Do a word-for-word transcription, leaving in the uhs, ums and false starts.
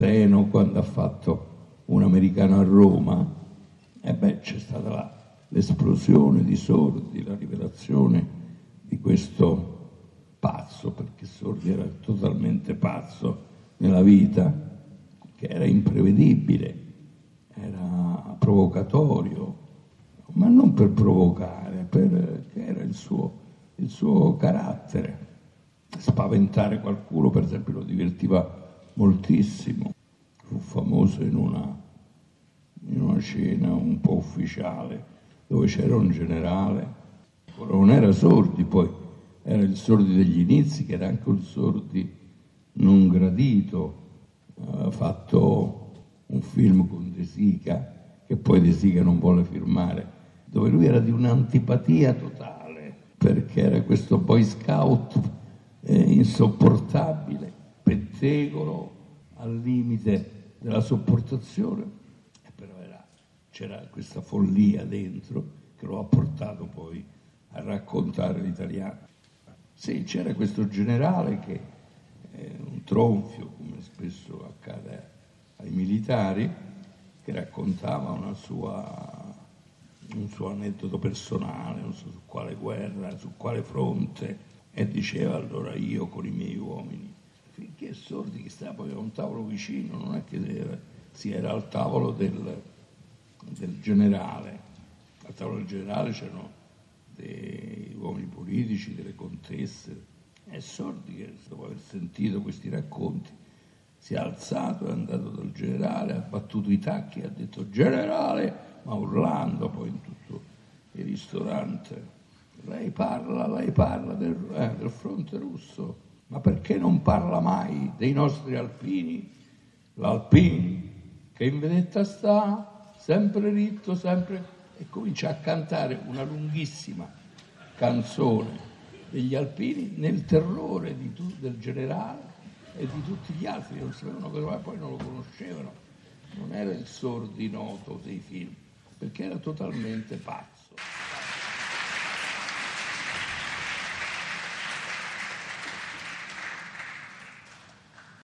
Reno, quando ha fatto Un americano a Roma, e beh, c'è stata la, l'esplosione di Sordi, la rivelazione di questo pazzo, perché Sordi era totalmente pazzo nella vita, che era imprevedibile, era provocatorio, ma non per provocare, perché era il suo, il suo carattere. Spaventare qualcuno, per esempio, lo divertiva moltissimo. Fu famoso in una, in una scena un po' ufficiale dove c'era un generale, non era Sordi, poi era il Sordi degli inizi, che era anche un Sordi non gradito. Ha fatto un film con De Sica, che poi De Sica non volle firmare, dove lui era di un'antipatia totale, perché era questo boy scout eh, insopportabile, pettegolo, al limite della sopportazione, e però era, c'era questa follia dentro che lo ha portato poi a raccontare l'italiano. Sì, c'era questo generale che è un tronfio, come spesso accade ai militari, che raccontava una sua, un suo aneddoto personale, non so su quale guerra, su quale fronte, e diceva: allora io con i miei uomini, finché Sordi, che stava poi a un tavolo vicino, non è che era, si era al tavolo del, del generale, al tavolo del generale c'erano dei uomini politici, delle contesse, e Sordi, che dopo aver sentito questi racconti, si è alzato, è andato dal generale, ha battuto i tacchi e ha detto: generale, ma urlando poi in tutto il ristorante: lei parla, lei parla del, eh, del fronte russo, ma perché non parla mai dei nostri alpini? L'Alpin che in vedetta sta, sempre ritto, sempre... E comincia a cantare una lunghissima canzone degli alpini nel terrore di tu, del generale e di tutti gli altri che non sapevano cosa, poi non lo conoscevano. Non era il Sordi noto dei film, perché era totalmente pazzo.